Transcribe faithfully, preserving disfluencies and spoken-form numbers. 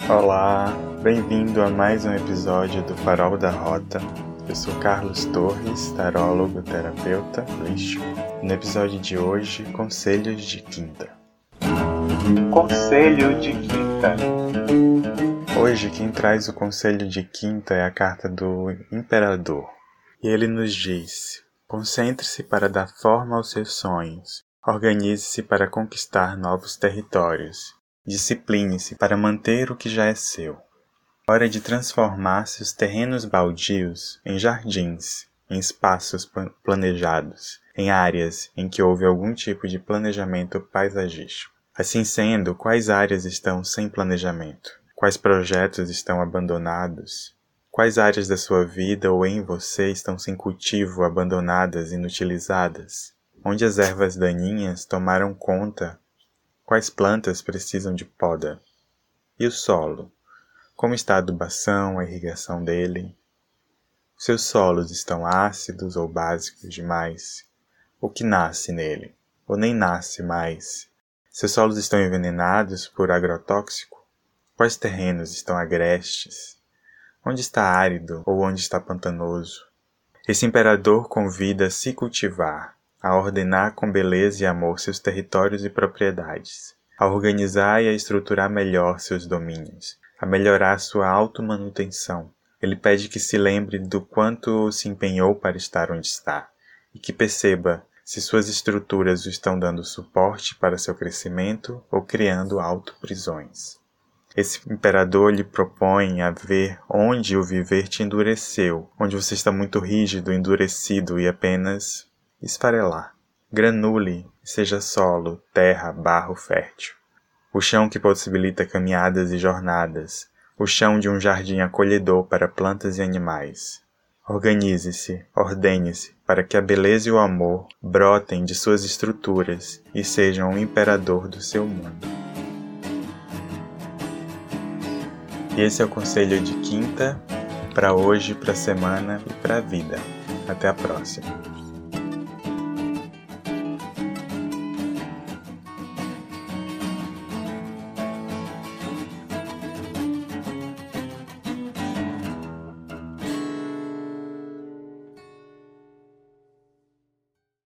Olá, bem-vindo a mais um episódio do Farol da Rota. Eu sou Carlos Torres, tarólogo, terapeuta holístico. No episódio de hoje, Conselhos de Quinta. Conselho de Quinta. Hoje quem traz o Conselho de Quinta é a carta do Imperador. E ele nos diz: concentre-se para dar forma aos seus sonhos. Organize-se para conquistar novos territórios. Discipline-se para manter o que já é seu. Hora de transformar seus terrenos baldios em jardins, em espaços planejados, em áreas em que houve algum tipo de planejamento paisagístico. Assim sendo, quais áreas estão sem planejamento? Quais projetos estão abandonados? Quais áreas da sua vida ou em você estão sem cultivo, abandonadas, inutilizadas? Onde as ervas daninhas tomaram conta? Quais plantas precisam de poda? E o solo? Como está a adubação, a irrigação dele? Seus solos estão ácidos ou básicos demais? O que nasce nele? Ou nem nasce mais? Seus solos estão envenenados por agrotóxico? Quais terrenos estão agrestes? Onde está árido ou onde está pantanoso? Esse imperador convida a se cultivar, a ordenar com beleza e amor seus territórios e propriedades, a organizar e a estruturar melhor seus domínios, a melhorar sua automanutenção. Ele pede que se lembre do quanto se empenhou para estar onde está, e que perceba se suas estruturas o estão dando suporte para seu crescimento ou criando autoprisões. Esse imperador lhe propõe a ver onde o viver te endureceu, onde você está muito rígido, endurecido e apenas esfarelar. Granule e seja solo, terra, barro fértil. O chão que possibilita caminhadas e jornadas. O chão de um jardim acolhedor para plantas e animais. Organize-se, ordene-se, para que a beleza e o amor brotem de suas estruturas e sejam o imperador do seu mundo. E esse é o Conselho de Quinta, para hoje, para a semana e para a vida. Até a próxima.